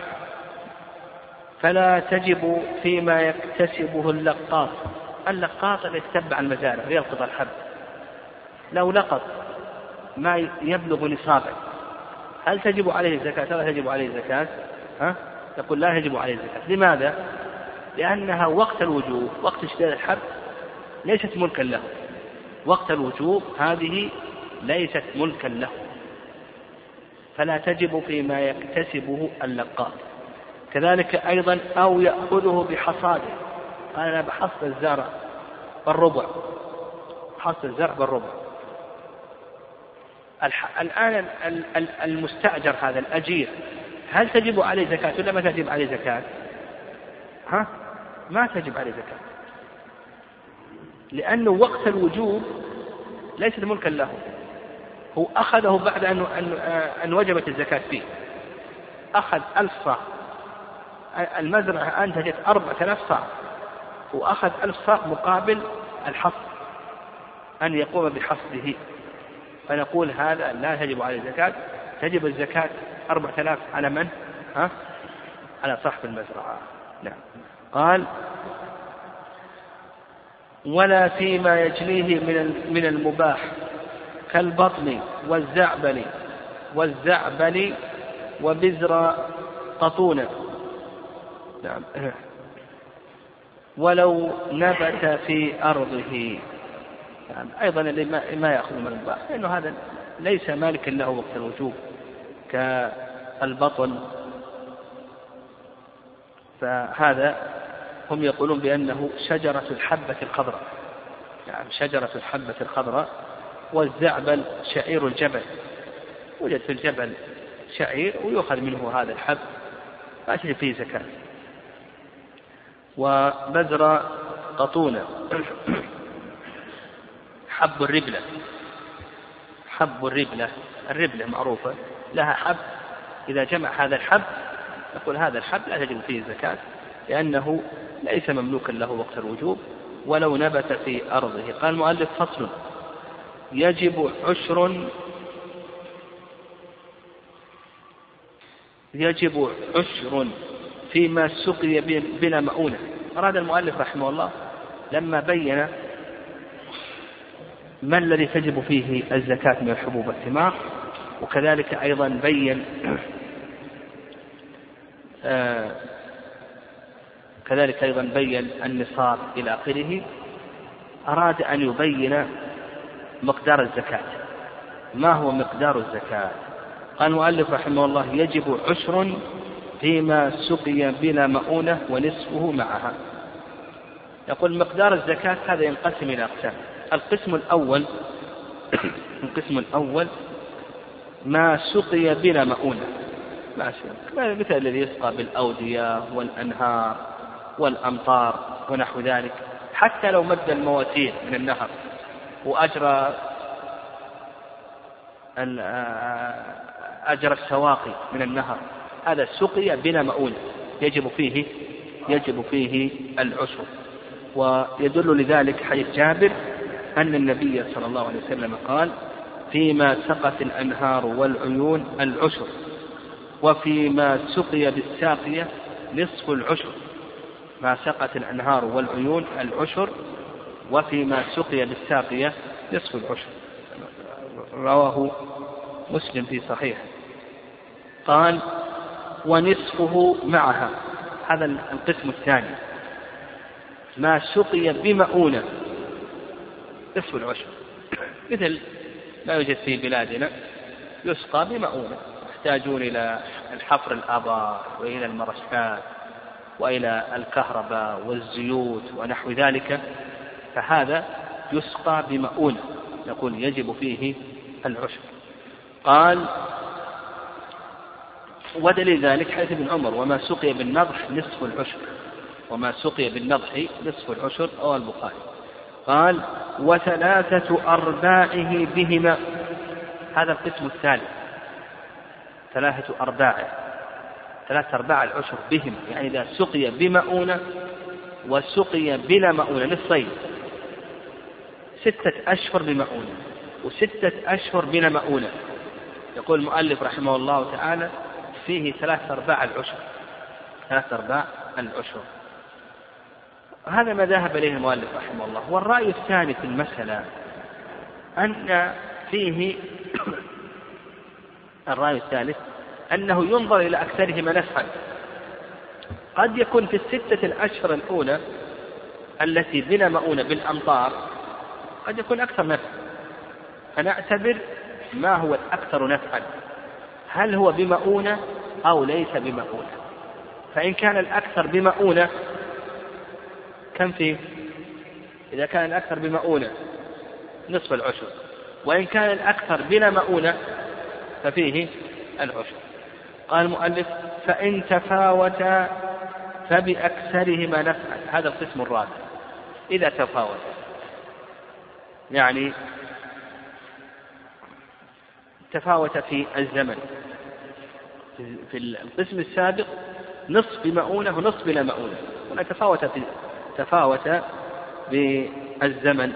فلا تجب فيما يكتسبه اللقاط. اللقاط اللي يتبع المزارع يلقط الحب، لو لقط ما يبلغ نصابه هل تجب عليه الزكاة؟ لا تجب عليه الزكاة. يقول لا يجب عليه الزكاة. لماذا؟ لأنها وقت الوجوب، وقت اشتراء الحب ليست ملكا له. وقت الوجوب هذه ليست ملكا له، فلا تجب فيما يكتسبه اللقاط. كذلك أيضا أو يأخذه بحصاده. قال أنا بحصد الزرع بالربع، حصد الزرع بالربع. الآن المستأجر هذا الأجير هل تجب عليه زكاة ولا ما تجب عليه زكاة؟ ما تجب عليه زكاة، لأنه وقت الوجوب ليس ملكا له، هو أخذه بعد أن وجبت الزكاة فيه. أخذ 1000 صاع، المزرعة أنتجت 4000 صاع، وأخذ 1000 صاع مقابل الحصد، أن يقوم بحصده. فنقول هذا لا تجب عليه الزكاة، تجب الزكاة 4000 على من؟ على صاحب المزرعة. نعم. قال ولا فيما يجليه من المباح كالبطن والزعبل وبزر قطونة. نعم. ولو نبت في أرضه، يعني أيضا اللي ما يأخذ من المباح لأنه هذا ليس مالكا له وقت الوجوب كالبطن، فهذا هم يقولون بأنه شجرة الحبة الخضراء، يعني شجرة الحبة الخضراء. والزعبل شعير الجبل، وجد في الجبل شعير ويؤخذ منه هذا الحب ما تجب فيه زكاة. وبذر قطونة حب الربلة معروفة لها حب، إذا جمع هذا الحب يقول هذا الحب لا تجب فيه الزكاة لأنه ليس مملوكا له وقت الوجوب ولو نبت في أرضه. قال المؤلف فصل يجب عشر فيما سقي بلا مؤونة. أراد المؤلف رحمه الله لما بين ما الذي تجب فيه الزكاة من الحبوب والثمار، وكذلك أيضا بين النصاب إلى آخره، أراد أن يبين مقدار الزكاة. ما هو مقدار الزكاة؟ قال المؤلف رحمه الله يجب عشر فيما سقي بلا مؤونة ونصفه معها. يقول مقدار الزكاة هذا ينقسم إلى أقسام. القسم الأول ما سقي بلا مؤونة، مثل الذي يسقى بالأودية والأنهار والأمطار ونحو ذلك، حتى لو مد المواسير من النهر وأجرى السواقي من النهر، هذا سقي بلا مؤونة يجب فيه العشر. ويدل لذلك حديث جابر أن النبي صلى الله عليه وسلم قال فيما سقت الأنهار والعيون العشر، وفيما سقي بالساقية نصف العشر. ما سقت الأنهار والعيون العشر، وفيما سقي بالساقية نصف العشر. رواه مسلم في صحيح. قال ونصفه معها، هذا القسم الثاني. ما سقي بمؤونة نصف العشر، مثل ما يوجد في بلادنا يسقى بمؤونة، يحتاجون إلى الحفر الآبار وإلى المرشفات وإلى الكهرباء والزيوت ونحو ذلك، فهذا يسقى بمؤونة، نقول يجب فيه العشر. قال ودليل ذلك حديث ابن عمر: وما سقي بالنضح نصف العشر. وما سقي بالنضح نصف العشر، أو البخاري. قال: وثلاثة أرباعه بهما. هذا القسم الثالث، ثلاثة أرباع العشر بهم، يعني إذا سقي بمؤونة وسقي بلا مؤونة نصفين، 6 أشهر بمؤونة و6 أشهر بلا مؤونة. يقول المؤلف رحمه الله تعالى: فيه 3 أرباع العشر. هذا ما ذهب إليه المؤلف رحمه الله. والرأي الثاني في المسألة أن فيه الرأي الثالث أنه ينظر إلى أكثرهما نفعا. قد يكون في 6 الأشهر الأولى التي بلا مؤونة بالأمطار قد يكون أكثر نفعا، فنعتبر ما هو الأكثر نفعا، هل هو بمؤونة أو ليس بمؤونة. فإن كان الأكثر بمؤونة كم فيه؟ إذا كان الأكثر بمؤونة نصف العشر، وإن كان الأكثر بلا مؤونة ففيه العشر. قال المؤلف: فإن تفاوتا فبأكثرهما نفعا. هذا القسم الرابع. إذا تفاوتا، يعني تفاوت في الزمن. في القسم السابق نصف بمؤونة ونصف بلا مؤونة، ولا تفاوت بالزمن.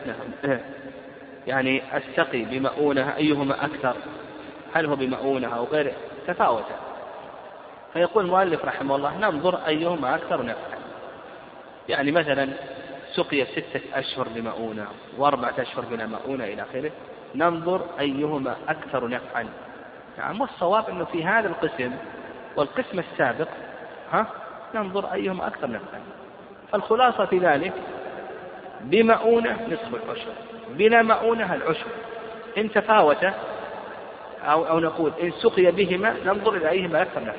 يعني السقي بمؤونة أيهما أكثر، هل هو بمؤونة أو غيره، تفاوت. فيقول المؤلف رحمه الله: ننظر أيهما أكثر نفعا. يعني مثلا سقي 6 أشهر بمؤونة و4 أشهر بلا مؤونة إلى آخره، ننظر أيهما أكثر نفعا. يعني والصواب أنه في هذا القسم والقسم السابق ننظر أيهما أكثر نفعا. فالخلاصة في ذلك: بمؤونة نصف العشر، بلا مؤونة العشر. إن تفاوت أو نقول إن سقي بهما ننظر إلى أيهما أكثر نفعا.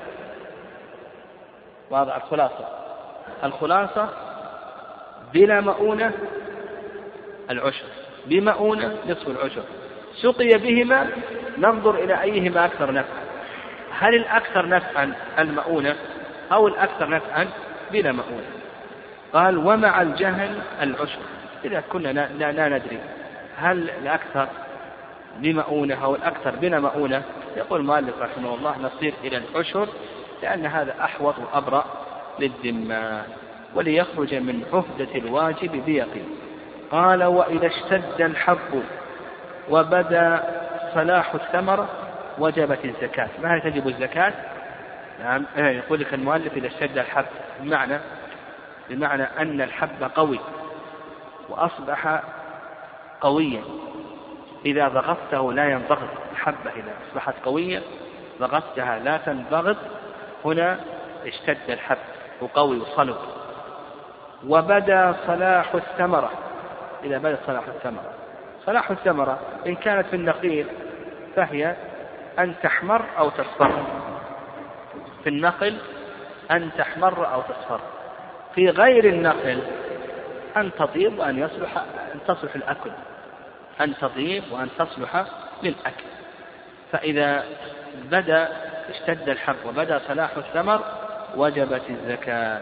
واضح الخلاصة: بلا مؤونة العشر، بمؤونة نصف العشر، سقي بهما ننظر إلى أيهما أكثر نفعا، هل الأكثر نفعا المؤونة أو الأكثر نفعا بلا مؤونة. قال: ومع الجهل العشر. إذا كنا لا ندري هل الأكثر بمؤونة أو الأكثر بلا مؤونة، يقول المؤلف رحمه الله: نصير إلى العشر، لأن هذا أحوط وأبرأ للذمة وليخرج من عهدة الواجب بيقين. قال: وإذا اشتد الحب وبدا صلاح الثمرة وجبت الزكاة. ما هي تجب الزكاة؟ نعم، يقول لك المؤلف: إذا اشتد الحب، بمعنى أن الحب قوي وأصبح قويا، إذا ضغطته لا ينضغط. الحبة إذا أصبحت قوية ضغطتها لا تنضغط، هنا اشتد الحب وقوي وصلب. وبدا صلاح الثمرة، إذا بدأ صلاح الثمرة إن كانت في النخيل فهي أن تحمر أو تصفر. في النخل أن تحمر أو تصفر. في غير النخل أن تطيب وأن تصلح الأكل، أن تطيب وأن تصلح للأكل. فإذا بدأ اشتد الحب وبدأ صلاح الثمر وجبت الزكاة.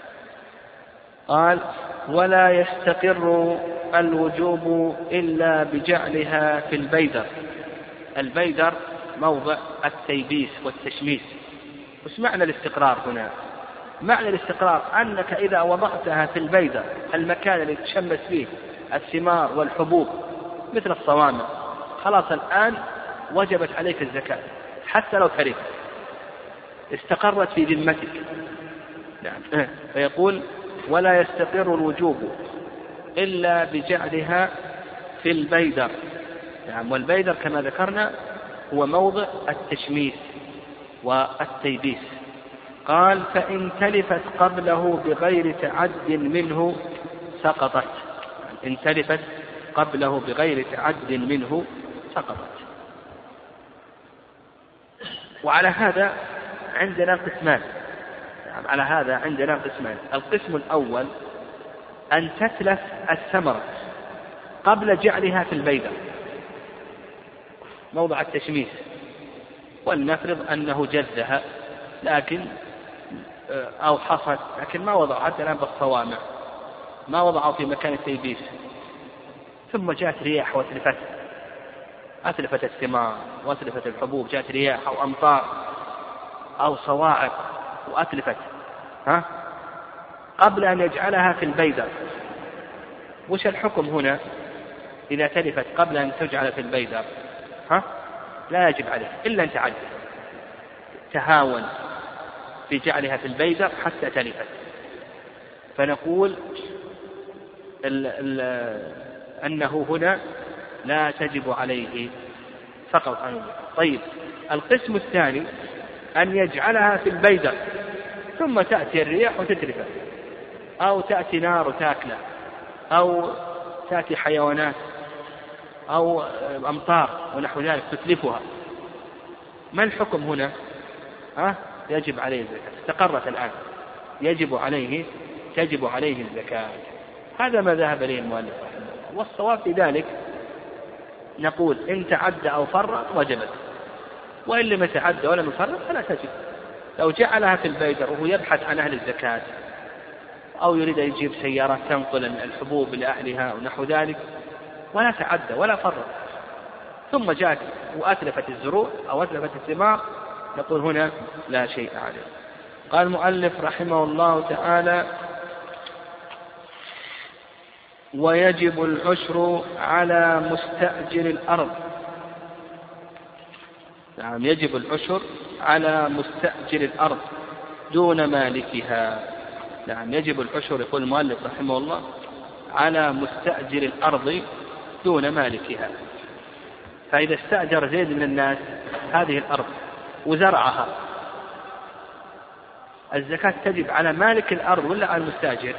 قال: ولا يستقر الوجوب إلا بجعلها في البيدر. البيدر موضع التيبيس والتشميس. وش معنى الاستقرار هنا؟ معنى الاستقرار أنك إذا وضعتها في البيدر، المكان اللي تشمس فيه الثمار والحبوب مثل الصوامع، خلاص الآن وجبت عليك الزكاة حتى لو كرهت، استقرت في ذمتك. نعم. فيقول: ولا يستقر الوجوب إلا بجعلها في البيدر. نعم. والبيدر كما ذكرنا هو موضع التشميس والتيبيس. قال: فإن تلفت قبله بغير تعد منه سقطت. إن تلفت قبله بغير تعد منه سقطت. وعلى هذا عندنا قسمان. القسم الأول أن تتلف الثمرة قبل جعلها في البيدر، موضع التشميس، ولنفرض أنه جذها لكن أو حصد لكن ما وضعوا حتى الآن بالصوامع، ما وضعوا في مكان التيبيس، ثم جاءت رياح أتلفت الثمار وأتلفت الحبوب، جاءت رياح أو أمطار أو صواعق وأتلفت قبل أن يجعلها في البيدر. وش الحكم هنا إذا تلفت قبل أن تجعل في البيدر؟ لا يجب عليه إلا أن تهاون في جعلها في البيدر حتى تلفت، فنقول أنه هنا لا تجب عليه فقط. طيب القسم الثاني أن يجعلها في البيدر ثم تأتي الرياح وتتلفه، أو تأتي نار وتاكله، أو تأتي حيوانات أو أمطار ونحو ذلك تتلفها. ما الحكم هنا؟ يجب عليه الزكاة، استقرت الآن تجب عليه الزكاة. هذا ما ذهب إليه المؤلف رحمه الله. والصواب في ذلك نقول إن تعدى أو فرط وجبت، وإن لم يتعدى ولم يفرط فلا تجب. لو جعلها في البيدر وهو يبحث عن أهل الزكاة أو يريد أن يجيب سيارة تنقل الحبوب لأهلها ونحو ذلك ولا تعدى ولا فرط، ثم جاءت وأتلفت الزروع أو أتلفت الثمار، نقول هنا لا شيء عليه. قال المؤلف رحمه الله تعالى: ويجب العشر على مستأجر الأرض. نعم، يجب العشر على مستأجر الأرض دون مالكها. نعم، يجب العشر، يقول المؤلف رحمه الله، على مستأجر الأرض دون مالكها. فإذا استأجر زيد من الناس هذه الأرض وزرعها، الزكاة تجب على مالك الأرض ولا على المستأجر؟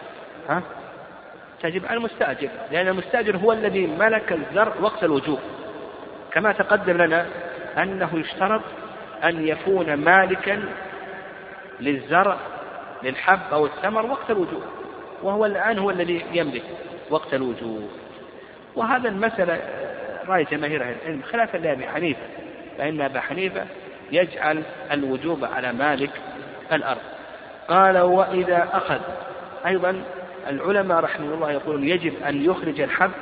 تجب على المستأجر، لأن المستأجر هو الذي ملك الزرع وقت الوجوب، كما تقدم لنا أنه يشترط أن يكون مالكا للزرع للحب أو الثمر وقت الوجوب، وهو الآن هو الذي يملك وقت الوجوب. وهذا المسألة رأي جماهير أهل العلم خلافا لأبي حنيفة، فإن أبا حنيفة يجعل الوجوب على مالك الأرض. قال: وإذا أخذ، أيضا العلماء رحمه الله يقولون يجب أن يخرج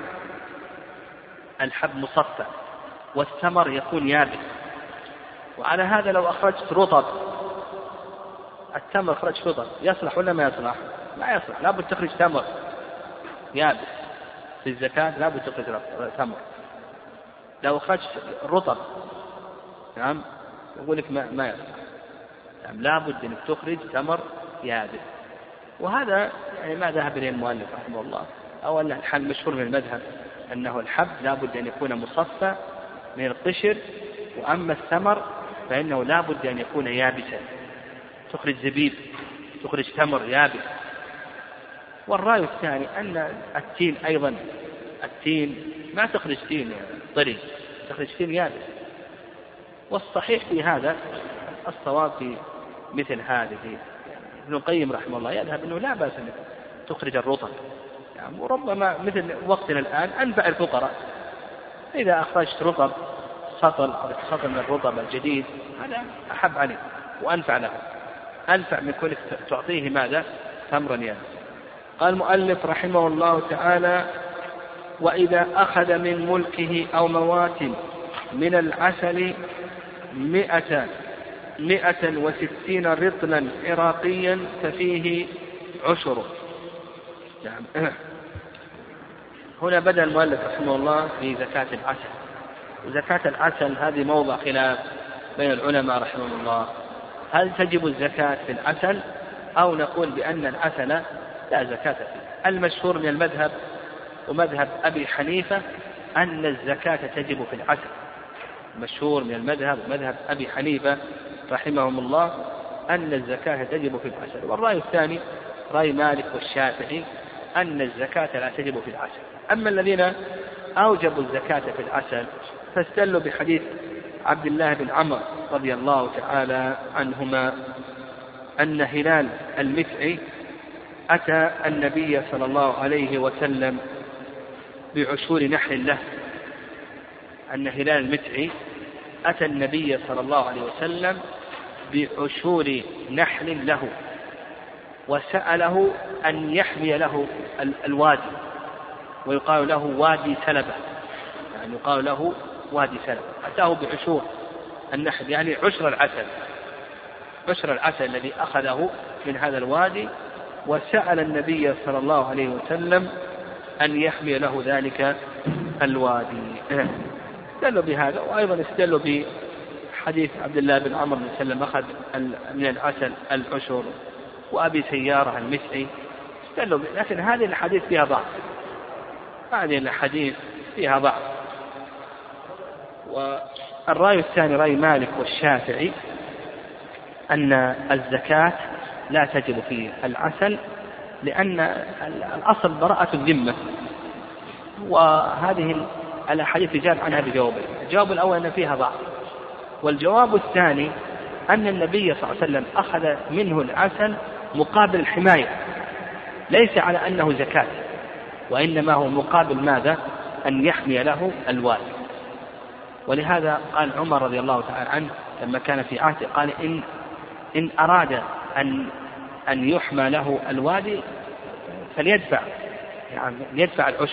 الحب مصفى والثمر يكون يابس. وعلى هذا لو أخرجت رطب، التمر خرج رطب، يصلح ولا ما يصلح؟ لا يصلح، لابد تخرج تمر يابس في الزكاة، لابد تخرج تمر. لو أخرجت رطب نعم يقول لك ما يصلح، نعم لابد أن تخرج تمر يابس. وهذا يعني ما ذهب إليه المؤلف رحمه الله، أو أن الحل مشهور من المذهب أنه الحب لابد أن يكون مصفى من القشر، وأما الثمر فإنه لابد أن يكون يابسا، تخرج زبيب، تخرج تمر يابس. والرأي الثاني أن التين أيضا، التين ما تخرج تين طري، تخرج تين يابس. والصحيح في هذا الصواب في مثل هذه، ابن القيم رحمه الله يذهب أنه لا بأس أن تخرج الرطب، يعني وربما مثل وقتنا الآن أنفع الفقراء، إذا أخرجت رطب سطل من الرطب الجديد هذا أحب عليه وأنفع له، أنفع من كل تعطيه ماذا؟ تمرا يابس. قال المؤلف رحمه الله تعالى: وإذا أخذ من ملكه أو موات من العسل 160 رطلا عراقيا ففيه عشره. يعني هنا بدأ المؤلف رحمه الله في زكاة العسل. وزكاة العسل هذه موضع خلاف بين العلماء رحمه الله، هل تجب الزكاة في العسل أو نقول بأن العسل لا زكاة فيه؟ المشهور من المذهب ومذهب أبي حنيفة أن الزكاة تجب في العسل، مشهور من المذهب ومذهب أبي حنيفة رحمهم الله أن الزكاة تجب في العسل. والرأي الثاني رأي مالك والشافعي أن الزكاة لا تجب في العسل. أما الذين أوجبوا الزكاة في العسل فاستدلوا بحديث عبد الله بن عمرو رضي الله تعالى عنهما أن هلال المتعي أتى النبي صلى الله عليه وسلم بعشور نحل له، أن هلال المتعي أتى النبي صلى الله عليه وسلم بعشور نحل له وسأله أن يحمي له الوادي، ويقال له وادي سلبة، يعني يقال له وادي سلبة. أتاه بعشور النحل يعني عشر العسل الذي أخذه من هذا الوادي، وسأل النبي صلى الله عليه وسلم أن يحمي له ذلك الوادي. استدلوا بهذا، وأيضا استدلوا بحديث عبد الله بن عمرو بن سلم أخذ من العسل العشر، وأبي سيارة المسعي استدلوا لكن هذه الحديث فيها ضعف، والرأي الثاني رأي مالك والشافعي أن الزكاة لا تجب في العسل، لأن الأصل براءة الذمة، وهذه الأحاديث جاءت عنها بجوابين. الجواب الأول أن فيها ضعف، والجواب الثاني أن النبي صلى الله عليه وسلم أخذ منه العسل مقابل الحماية، ليس على أنه زكاة، وإنما هو مقابل ماذا؟ أن يحمي له الوادي. ولهذا قال عمر رضي الله تعالى عنه لما كان في عهده قال إن أراد أن يحمى له الوادي فليدفع، يعني يدفع العشر.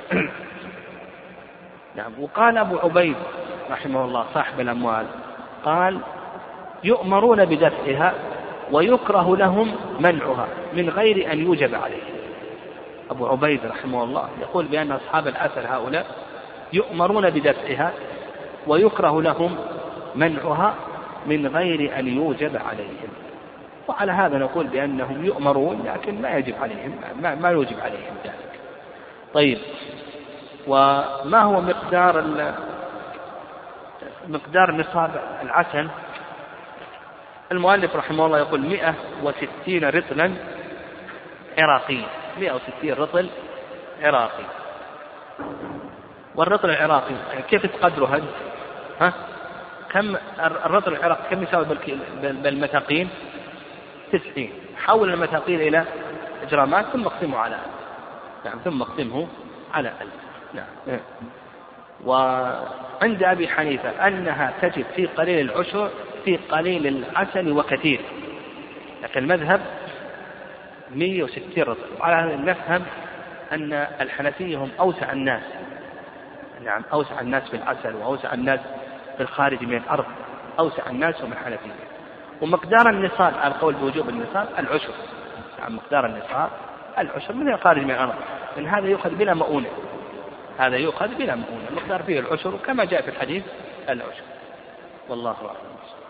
نعم. وقال أبو عبيد رحمه الله صاحب الأموال قال يؤمرون بدفعها ويكره لهم منعها من غير أن يوجب عليه. أبو عبيد رحمه الله يقول بأن أصحاب العسل هؤلاء يؤمرون بدفعها ويكره لهم منعها من غير أن يوجب عليهم، وعلى هذا نقول بأنهم يؤمرون لكن ما يجب عليهم، ما يوجب عليهم ذلك. طيب، وما هو مقدار نصاب العسل؟ المؤلف رحمه الله يقول 160 رطلا عراقيا، 160 رطل عراقي. والرطل العراقي كيف تقدره هذا؟ كم الرطل العراقي كم يساوي بالمثاقيل؟ 90. حول المثاقيل إلى جرامات ثم اقسمه على ثم اقسمه على 1000. نعم. وعند أبي حنيفة أنها تجب في قليل العشر في قليل العسل وكثير، لكن المذهب 160 رطل. وعلى هذا نفهم أن الحنفية هم أوسع الناس، نعم، أوسع الناس في العسل وأوسع الناس في الخارج من الأرض، أوسع الناس هم الحنفية. ومقدار النصاب على القول بوجوب النصاب العشر، نعم، مقدار النصاب العشر من الخارج من الأرض، من هذا يؤخذ بلا مؤونة، المقدار فيه العشر كما جاء في الحديث العشر. والله أعلم.